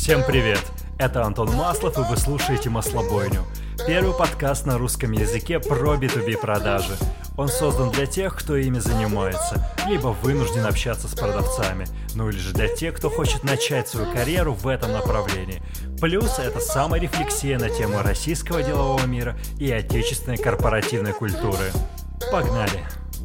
Всем привет! Это Антон Маслов, и вы слушаете «Маслобойню». Первый подкаст на русском языке про B2B продажи. Он создан для тех, кто ими занимается, либо вынужден общаться с продавцами, ну или же для тех, кто хочет начать свою карьеру в этом направлении. Плюс это саморефлексия на тему российского делового мира и отечественной корпоративной культуры. Погнали!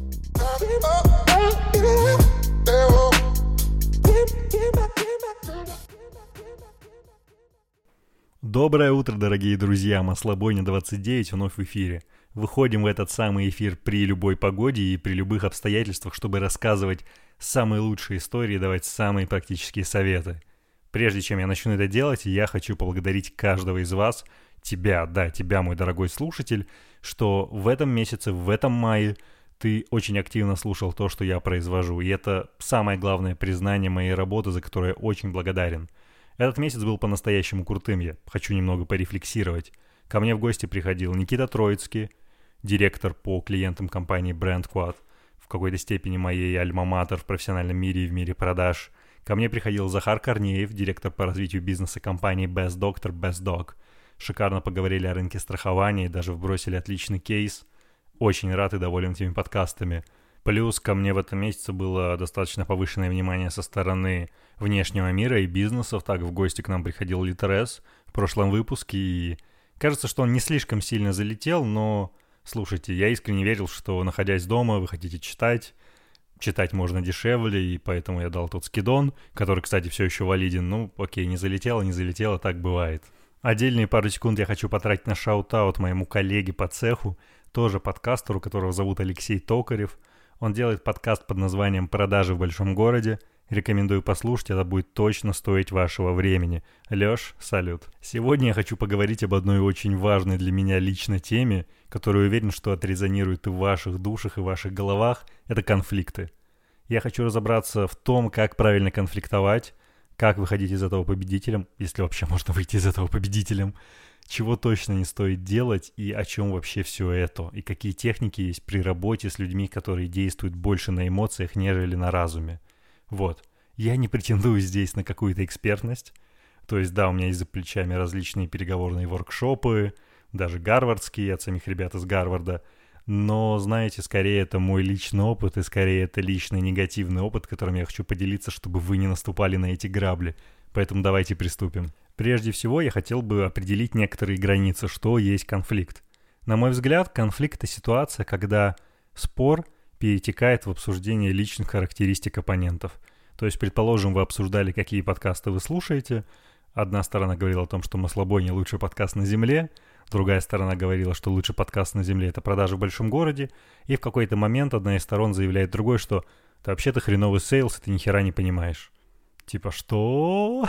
Доброе утро, дорогие друзья! Маслобойня 29 вновь в эфире. Выходим в этот самый эфир при любой погоде и при любых обстоятельствах, чтобы рассказывать самые лучшие истории и давать самые практические советы. Прежде чем я начну это делать, я хочу поблагодарить каждого из вас, тебя, мой дорогой слушатель, что в этом месяце, в этом мае ты очень активно слушал то, что я произвожу. И это самое главное признание моей работы, за которое я очень благодарен. Этот месяц был по-настоящему крутым, я хочу немного порефлексировать. Ко мне в гости приходил Никита Троицкий, директор по клиентам компании BrandQuad, в какой-то степени моей альма-матер в профессиональном мире и в мире продаж. Ко мне приходил Захар Корнеев, директор по развитию бизнеса компании Best Doctor, Best Dog. Шикарно поговорили о рынке страхования и даже вбросили отличный кейс. Очень рад и доволен этими подкастами. Плюс ко мне в этом месяце было достаточно повышенное внимание со стороны внешнего мира и бизнесов. Так в гости к нам приходил Литерес в прошлом выпуске, и кажется, что он не слишком сильно залетел, но слушайте, я искренне верил, что, находясь дома, вы хотите читать можно дешевле, и поэтому я дал тот скидон, который, кстати, все еще валиден. Ну, окей, не залетело, так бывает. Отдельные пару секунд я хочу потратить на шаут-аут моему коллеге по цеху, тоже подкастеру, которого зовут Алексей Токарев. Он делает подкаст под названием «Продажи в большом городе». Рекомендую послушать, это будет точно стоить вашего времени. Лёш, салют. Сегодня я хочу поговорить об одной очень важной для меня лично теме, которую уверен, что отрезонирует и в ваших душах, и в ваших головах. Это конфликты. Я хочу разобраться в том, как правильно конфликтовать, как выходить из этого победителем, если вообще можно выйти из этого победителем, чего точно не стоит делать и о чем вообще все это, и какие техники есть при работе с людьми, которые действуют больше на эмоциях, нежели на разуме. Вот. Я не претендую здесь на какую-то экспертность. То есть, да, у меня есть за плечами различные переговорные воркшопы, даже гарвардские от самих ребят из Гарварда. Но, знаете, скорее это мой личный опыт, и скорее это личный негативный опыт, которым я хочу поделиться, чтобы вы не наступали на эти грабли. Поэтому давайте приступим. Прежде всего, я хотел бы определить некоторые границы, что есть конфликт. На мой взгляд, конфликт – это ситуация, когда спор перетекает в обсуждение личных характеристик оппонентов. То есть, предположим, вы обсуждали, какие подкасты вы слушаете. Одна сторона говорила о том, что «Маслобойня» – лучший подкаст на Земле. Другая сторона говорила, что лучший подкаст на Земле – это «Продажи в большом городе». И в какой-то момент одна из сторон заявляет другой, что «ты вообще-то хреновый сейлс, и ты ни хера не понимаешь». Типа, что?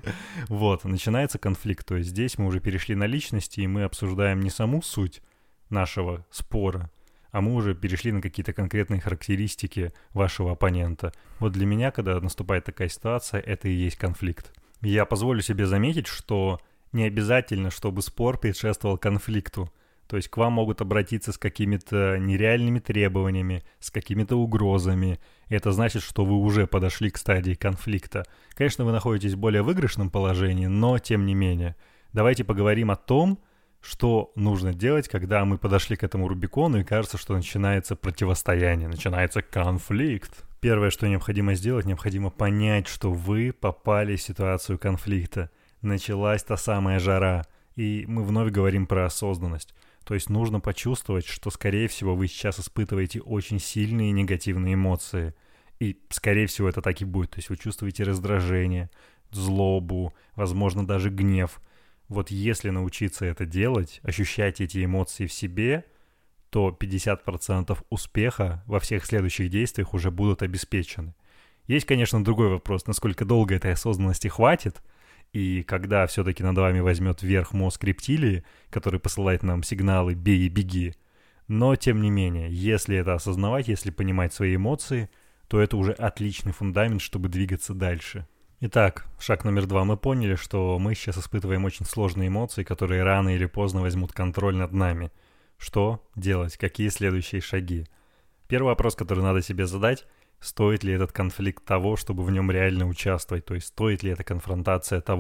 Вот, начинается конфликт. То есть здесь мы уже перешли на личности, и мы обсуждаем не саму суть нашего спора, а мы уже перешли на какие-то конкретные характеристики вашего оппонента. Вот для меня, когда наступает такая ситуация, это и есть конфликт. Я позволю себе заметить, что не обязательно, чтобы спор предшествовал конфликту. То есть к вам могут обратиться с какими-то нереальными требованиями, с какими-то угрозами. И это значит, что вы уже подошли к стадии конфликта. Конечно, вы находитесь в более выигрышном положении, но тем не менее. Давайте поговорим о том, что нужно делать, когда мы подошли к этому Рубикону и кажется, что начинается противостояние, начинается конфликт. Первое, что необходимо сделать, необходимо понять, что вы попали в ситуацию конфликта. Началась та самая жара. И мы вновь говорим про осознанность. То есть нужно почувствовать, что, скорее всего, вы сейчас испытываете очень сильные негативные эмоции. И, скорее всего, это так и будет. То есть вы чувствуете раздражение, злобу, возможно, даже гнев. Вот если научиться это делать, ощущать эти эмоции в себе, то 50% успеха во всех следующих действиях уже будут обеспечены. Есть, конечно, другой вопрос, насколько долго этой осознанности хватит, и когда все-таки над вами возьмет верх мозг рептилии, который посылает нам сигналы «бей и беги». Но, тем не менее, если это осознавать, если понимать свои эмоции, то это уже отличный фундамент, чтобы двигаться дальше. Итак, шаг номер 2. Мы поняли, что мы сейчас испытываем очень сложные эмоции, которые рано или поздно возьмут контроль над нами. Что делать? Какие следующие шаги? Первый вопрос, который надо себе задать – стоит ли этот конфликт того, чтобы в нем реально участвовать, то есть стоит ли эта конфронтация того.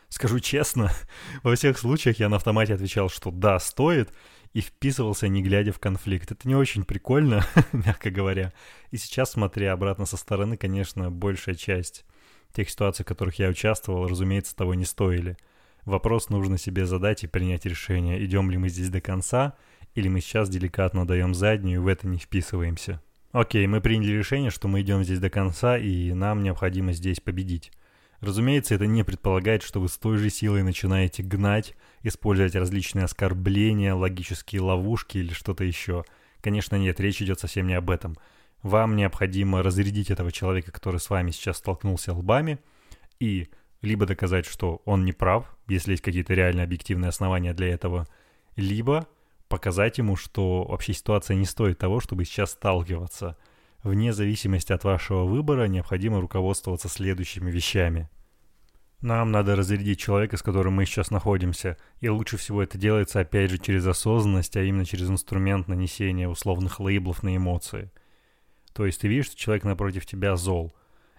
Скажу честно, во всех случаях я на автомате отвечал, что да, стоит, и вписывался, не глядя в конфликт. Это не очень прикольно, мягко говоря. И сейчас, смотря обратно со стороны, конечно, большая часть тех ситуаций, в которых я участвовал, разумеется, того не стоили. Вопрос нужно себе задать и принять решение, идем ли мы здесь до конца, или мы сейчас деликатно даем заднюю и в это не вписываемся. Окей, мы приняли решение, что мы идем здесь до конца, и нам необходимо здесь победить. Разумеется, это не предполагает, что вы с той же силой начинаете гнать, использовать различные оскорбления, логические ловушки или что-то еще. Конечно, нет, речь идет совсем не об этом. Вам необходимо разрядить этого человека, который с вами сейчас столкнулся лбами, и либо доказать, что он не прав, если есть какие-то реально объективные основания для этого, либо показать ему, что вообще ситуация не стоит того, чтобы сейчас сталкиваться. Вне зависимости от вашего выбора необходимо руководствоваться следующими вещами. Нам надо разрядить человека, с которым мы сейчас находимся, и лучше всего это делается опять же через осознанность, а именно через инструмент нанесения условных лейблов на эмоции. То есть ты видишь, что человек напротив тебя зол.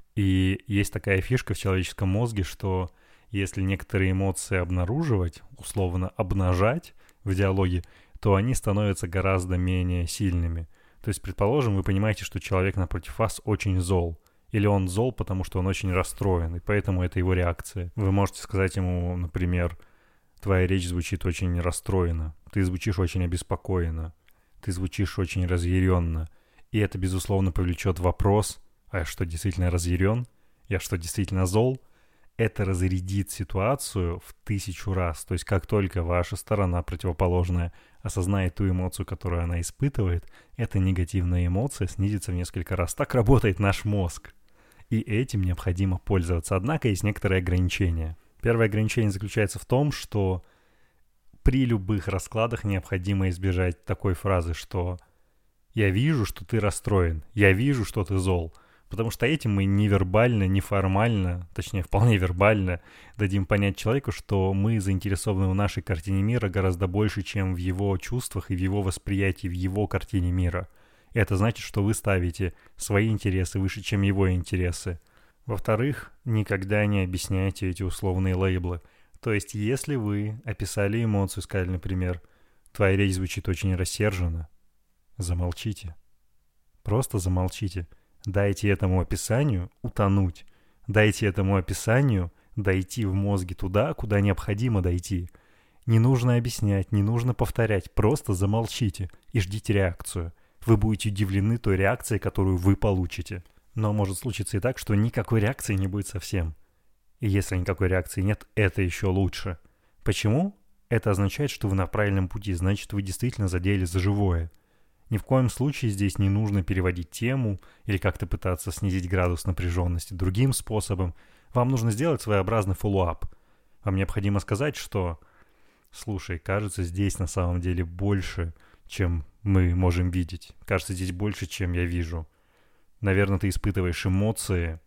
И есть такая фишка в человеческом мозге, что если некоторые эмоции обнаруживать, условно обнажать в диалоге, то они становятся гораздо менее сильными. То есть, предположим, вы понимаете, что человек напротив вас очень зол. Или он зол, потому что он очень расстроен, и поэтому это его реакция. Вы можете сказать ему, например, твоя речь звучит очень расстроена, ты звучишь очень обеспокоенно, ты звучишь очень разъяренно. И это, безусловно, повлечет вопрос, а я что, действительно разъярен? Я что, действительно зол? Это разрядит ситуацию в 1000 раз. То есть как только ваша сторона противоположная осознает ту эмоцию, которую она испытывает, эта негативная эмоция снизится в несколько раз. Так работает наш мозг. И этим необходимо пользоваться. Однако есть некоторые ограничения. Первое ограничение заключается в том, что при любых раскладах необходимо избежать такой фразы, что «я вижу, что ты расстроен», «я вижу, что ты зол». Потому что этим мы невербально, неформально, точнее вполне вербально дадим понять человеку, что мы заинтересованы в нашей картине мира гораздо больше, чем в его чувствах и в его восприятии, в его картине мира. И это значит, что вы ставите свои интересы выше, чем его интересы. Во-вторых, никогда не объясняйте эти условные лейблы. То есть, если вы описали эмоцию, сказали, например, «твоя речь звучит очень рассерженно», замолчите. Просто замолчите. Дайте этому описанию утонуть. Дайте этому описанию дойти в мозге туда, куда необходимо дойти. Не нужно объяснять, не нужно повторять. Просто замолчите и ждите реакцию. Вы будете удивлены той реакцией, которую вы получите. Но может случиться и так, что никакой реакции не будет совсем. И если никакой реакции нет, это еще лучше. Почему? Это означает, что вы на правильном пути, значит, вы действительно задели за живое. Ни в коем случае здесь не нужно переводить тему или как-то пытаться снизить градус напряженности другим способом. Вам нужно сделать своеобразный фоллоуап. Вам необходимо сказать, что «слушай, кажется, здесь на самом деле больше, чем мы можем видеть. Кажется, здесь больше, чем я вижу. Наверное, ты испытываешь эмоции,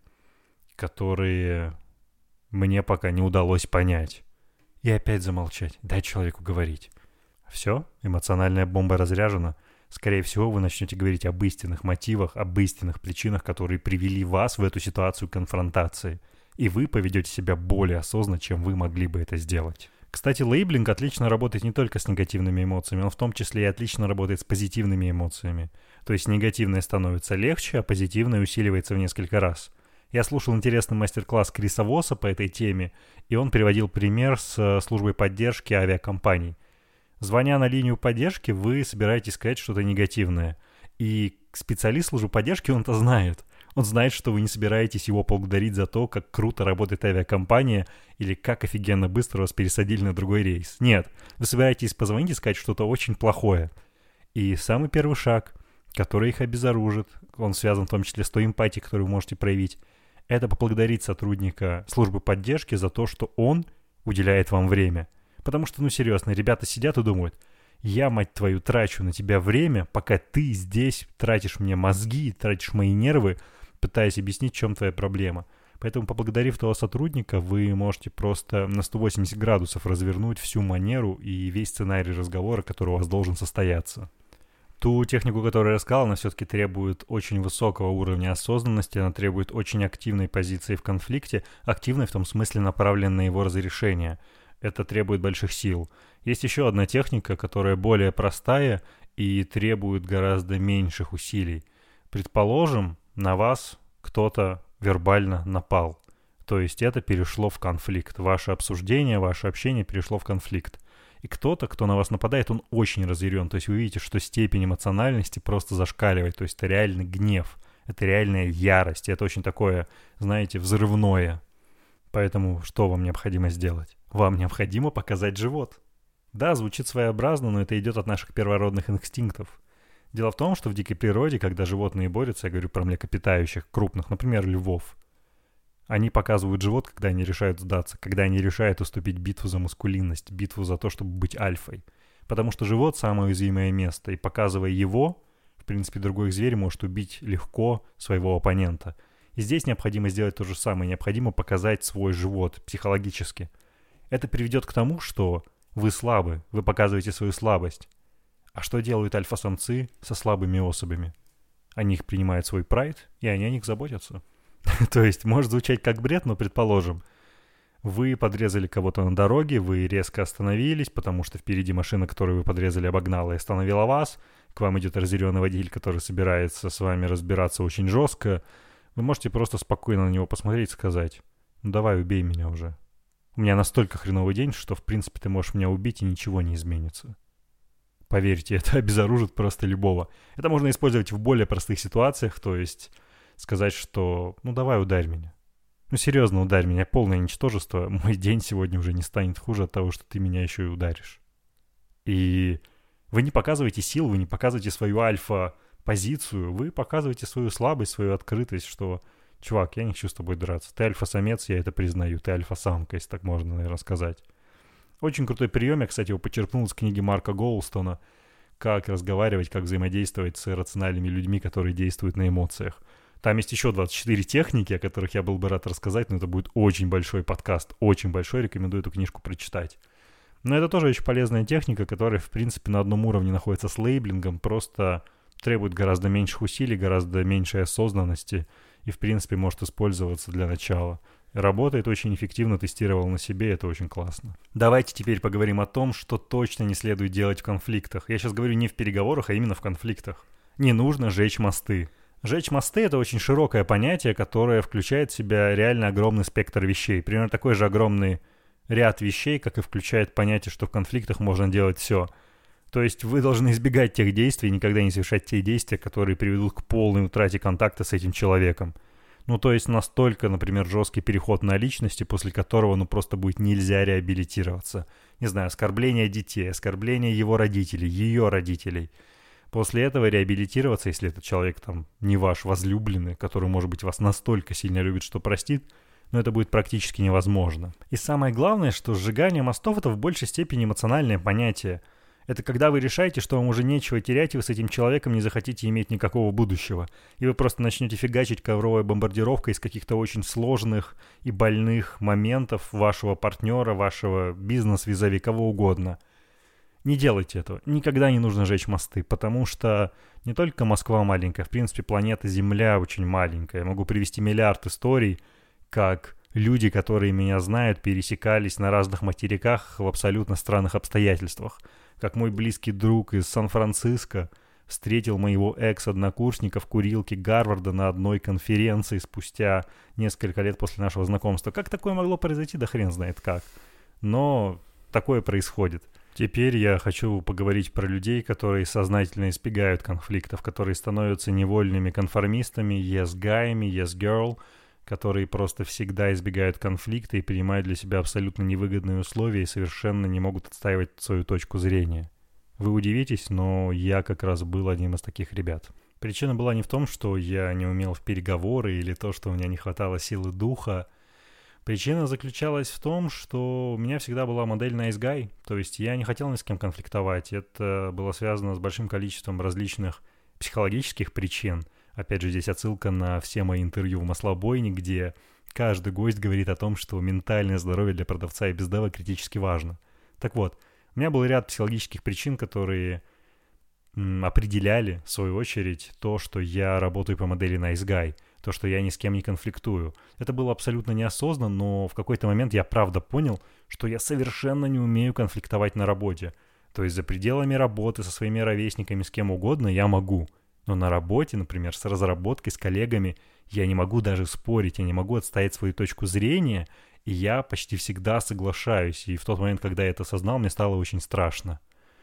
которые мне пока не удалось понять». И опять замолчать, дать человеку говорить. Все, эмоциональная бомба разряжена. Скорее всего, вы начнете говорить об истинных мотивах, об истинных причинах, которые привели вас в эту ситуацию конфронтации. И вы поведете себя более осознанно, чем вы могли бы это сделать. Кстати, лейблинг отлично работает не только с негативными эмоциями, он в том числе и отлично работает с позитивными эмоциями. То есть негативное становится легче, а позитивное усиливается в несколько раз. Я слушал интересный мастер-класс Криса Восса по этой теме, и он приводил пример с службой поддержки авиакомпаний. Звоня на линию поддержки, вы собираетесь сказать что-то негативное. И специалист службы поддержки, он это знает. Он знает, что вы не собираетесь его поблагодарить за то, как круто работает авиакомпания или как офигенно быстро вас пересадили на другой рейс. Нет, вы собираетесь позвонить и сказать что-то очень плохое. И самый первый шаг, который их обезоружит, он связан в том числе с той эмпатией, которую вы можете проявить, это поблагодарить сотрудника службы поддержки за то, что он уделяет вам время. Потому что, серьезно, ребята сидят и думают, я, мать твою, трачу на тебя время, пока ты здесь тратишь мне мозги, тратишь мои нервы, пытаясь объяснить, в чем твоя проблема. Поэтому, поблагодарив того сотрудника, вы можете просто на 180 градусов развернуть всю манеру и весь сценарий разговора, который у вас должен состояться. Ту технику, которую я рассказал, она все-таки требует очень высокого уровня осознанности, она требует очень активной позиции в конфликте, активной в том смысле направленной на его разрешение. Это требует больших сил. Есть еще одна техника, которая более простая и требует гораздо меньших усилий. Предположим, на вас кто-то вербально напал. То есть это перешло в конфликт. Ваше обсуждение, ваше общение перешло в конфликт. И кто-то, кто на вас нападает, он очень разъярен. То есть вы видите, что степень эмоциональности просто зашкаливает. То есть это реально гнев, это реальная ярость. И это очень такое, знаете, взрывное. Поэтому что вам необходимо сделать? Вам необходимо показать живот. Да, звучит своеобразно, но это идет от наших первородных инстинктов. Дело в том, что в дикой природе, когда животные борются, я говорю про млекопитающих, крупных, например, львов, они показывают живот, когда они решают сдаться, когда они решают уступить битву за маскулинность, битву за то, чтобы быть альфой. Потому что живот – самое уязвимое место, и показывая его, в принципе, другой зверь может убить легко своего оппонента. И здесь необходимо сделать то же самое, необходимо показать свой живот психологически. Это приведет к тому, что вы слабы, вы показываете свою слабость. А что делают альфа-самцы со слабыми особями? Они их принимают в свой прайд, и они о них заботятся. То есть, может звучать как бред, но предположим, вы подрезали кого-то на дороге, вы резко остановились, потому что впереди машина, которую вы подрезали, обогнала и остановила вас. К вам идет разъяренный водитель, который собирается с вами разбираться очень жестко. Вы можете просто спокойно на него посмотреть и сказать: ну давай, убей меня уже. У меня настолько хреновый день, что в принципе ты можешь меня убить и ничего не изменится. Поверьте, это обезоружит просто любого. Это можно использовать в более простых ситуациях, то есть сказать, что ну давай ударь меня. Ну серьезно, ударь меня, полное ничтожество. Мой день сегодня уже не станет хуже от того, что ты меня еще и ударишь. И вы не показываете сил, вы не показываете свою альфа-позицию, вы показываете свою слабость, свою открытость, что чувак, я не хочу с тобой драться. Ты альфа-самец, я это признаю. Ты альфа-самка, если так можно, наверное, сказать. Очень крутой прием. Я, кстати, его почерпнул из книги Марка Гоулстона «Как разговаривать, как взаимодействовать с рациональными людьми, которые действуют на эмоциях». Там есть еще 24 техники, о которых я был бы рад рассказать, но это будет очень большой подкаст, очень большой, рекомендую эту книжку прочитать. Но это тоже очень полезная техника, которая, в принципе, на одном уровне находится с лейблингом, просто требует гораздо меньших усилий, гораздо меньшей осознанности и, в принципе, может использоваться для начала. Работает очень эффективно, тестировал на себе, это очень классно. Давайте теперь поговорим о том, что точно не следует делать в конфликтах. Я сейчас говорю не в переговорах, а именно в конфликтах. Не нужно жечь мосты. Жечь мосты – это очень широкое понятие, которое включает в себя реально огромный спектр вещей. Примерно такой же огромный ряд вещей, как и включает понятие, что в конфликтах можно делать все. То есть вы должны избегать тех действий, никогда не совершать те действия, которые приведут к полной утрате контакта с этим человеком. Ну, то есть настолько, например, жесткий переход на личности, после которого, ну, просто будет нельзя реабилитироваться. Не знаю, оскорбление детей, оскорбление его родителей, ее родителей. После этого реабилитироваться, если этот человек там не ваш возлюбленный, который, может быть, вас настолько сильно любит, что простит, но это будет практически невозможно. И самое главное, что сжигание мостов – это в большей степени эмоциональное понятие. Это когда вы решаете, что вам уже нечего терять, и вы с этим человеком не захотите иметь никакого будущего. И вы просто начнете фигачить ковровой бомбардировкой из каких-то очень сложных и больных моментов вашего партнера, вашего бизнес-визави, кого угодно. Не делайте этого. Никогда не нужно жечь мосты, потому что не только Москва маленькая, в принципе, планета Земля очень маленькая. Я могу привести миллиард историй, как люди, которые меня знают, пересекались на разных материках в абсолютно странных обстоятельствах. Как мой близкий друг из Сан-Франциско встретил моего экс-однокурсника в курилке Гарварда на одной конференции спустя несколько лет после нашего знакомства. Как такое могло произойти, да хрен знает как. Но такое происходит. Теперь я хочу поговорить про людей, которые сознательно избегают конфликтов, которые становятся невольными конформистами, yes-гаями, yes-girl, которые просто всегда избегают конфликта и принимают для себя абсолютно невыгодные условия и совершенно не могут отстаивать свою точку зрения. Вы удивитесь, но я как раз был одним из таких ребят. Причина была не в том, что я не умел в переговоры или то, что у меня не хватало силы духа. Причина заключалась в том, что у меня всегда была модель nice guy, то есть я не хотел ни с кем конфликтовать. Это было связано с большим количеством различных психологических причин. Опять же, здесь отсылка на все мои интервью в маслобойне, где каждый гость говорит о том, что ментальное здоровье для продавца и бездева критически важно. Так вот, у меня был ряд психологических причин, которые определяли, в свою очередь, то, что я работаю по модели Nice Guy, то, что я ни с кем не конфликтую. Это было абсолютно неосознанно, но в какой-то момент я правда понял, что я совершенно не умею конфликтовать на работе. То есть за пределами работы, со своими ровесниками, с кем угодно я могу. Но на работе, например, с разработкой, с коллегами, я не могу даже спорить, я не могу отстоять свою точку зрения, и я почти всегда соглашаюсь. И в тот момент, когда я это осознал, мне стало очень страшно.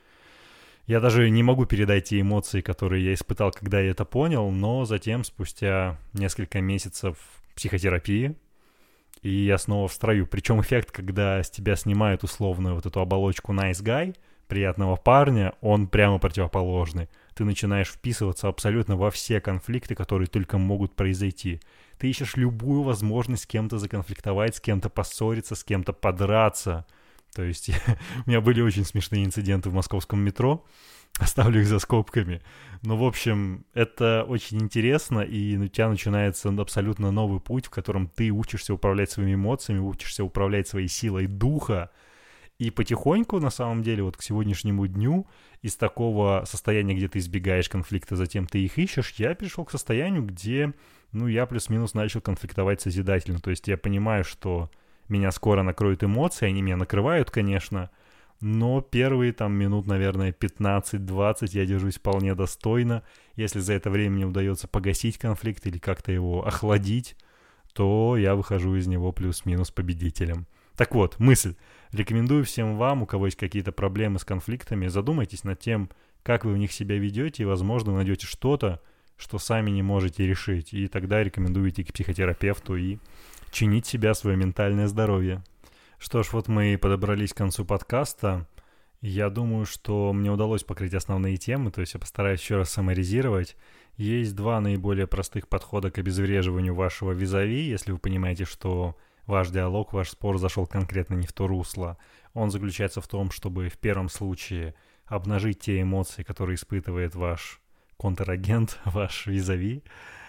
Я даже не могу передать те эмоции, которые я испытал, когда я это понял, но затем, спустя несколько месяцев психотерапии, и я снова в строю. Причем эффект, когда с тебя снимают условную вот эту оболочку nice guy, приятного парня, он прямо противоположный. Ты начинаешь вписываться абсолютно во все конфликты, которые только могут произойти. Ты ищешь любую возможность с кем-то законфликтовать, с кем-то поссориться, с кем-то подраться. То есть у меня были очень смешные инциденты в московском метро, оставлю их за скобками. Но, в общем, это очень интересно, и у тебя начинается абсолютно новый путь, в котором ты учишься управлять своими эмоциями, учишься управлять своей силой духа. И потихоньку, на самом деле, вот к сегодняшнему дню, из такого состояния, где ты избегаешь конфликта, затем ты их ищешь, я перешел к состоянию, где, я плюс-минус начал конфликтовать созидательно. То есть я понимаю, что меня скоро накроют эмоции, они меня накрывают, конечно, но первые минут, наверное, 15-20 я держусь вполне достойно. Если за это время мне удается погасить конфликт или как-то его охладить, то я выхожу из него плюс-минус победителем. Так вот, мысль. Рекомендую всем вам, у кого есть какие-то проблемы с конфликтами, задумайтесь над тем, как вы в них себя ведете, и, возможно, вы найдете что-то, что сами не можете решить. И тогда рекомендую идти к психотерапевту и чинить себя, свое ментальное здоровье. Что ж, вот мы и подобрались к концу подкаста. Я думаю, что мне удалось покрыть основные темы, то есть я постараюсь еще раз саммаризировать. Есть два наиболее простых подхода к обезвреживанию вашего визави, если вы понимаете, что ваш диалог, ваш спор зашел конкретно не в то русло. Он заключается в том, чтобы в первом случае обнажить те эмоции, которые испытывает ваш контрагент, ваш визави,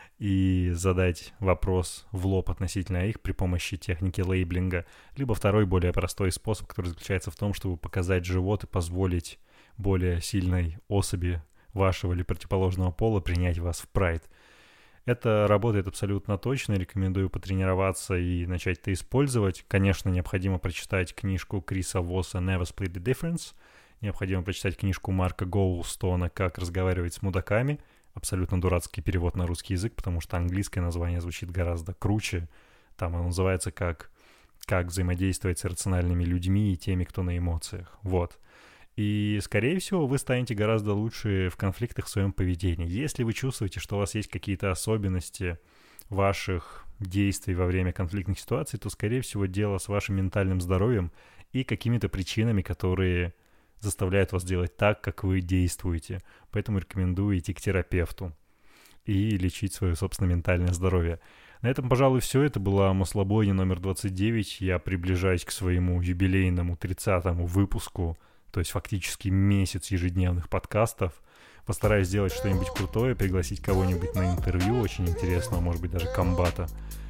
и задать вопрос в лоб относительно их при помощи техники лейблинга. Либо второй, более простой способ, который заключается в том, чтобы показать живот и позволить более сильной особи вашего или противоположного пола принять вас в прайд. Это работает абсолютно точно, рекомендую потренироваться и начать это использовать. Конечно, необходимо прочитать книжку Криса Восса «Never Split the Difference», необходимо прочитать книжку Марка Гоулстона «Как разговаривать с мудаками». Абсолютно дурацкий перевод на русский язык, потому что английское название звучит гораздо круче. Там оно называется как взаимодействовать с рациональными людьми и теми, кто на эмоциях. Вот. И, скорее всего, вы станете гораздо лучше в конфликтах в своем поведении. Если вы чувствуете, что у вас есть какие-то особенности ваших действий во время конфликтных ситуаций, то, скорее всего, дело с вашим ментальным здоровьем и какими-то причинами, которые заставляют вас делать так, как вы действуете. Поэтому рекомендую идти к терапевту и лечить свое собственное ментальное здоровье. На этом, пожалуй, все. Это была Маслобойня номер 29. Я приближаюсь к своему юбилейному 30-му выпуску, то есть фактически месяц ежедневных подкастов. Постараюсь сделать что-нибудь крутое, пригласить кого-нибудь на интервью очень интересного, может быть, даже комбата.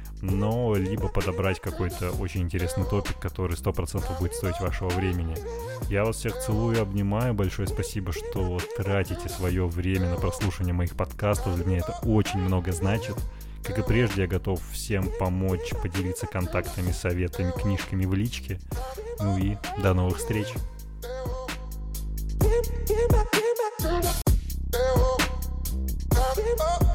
Но либо подобрать какой-то очень интересный топик, который 100% будет стоить вашего времени. Я вас всех целую, обнимаю. Большое спасибо, что тратите свое время на прослушивание моих подкастов. Для меня это очень много значит. Как и прежде, я готов всем помочь, поделиться контактами, советами, книжками в личке. Ну и до новых встреч! Give me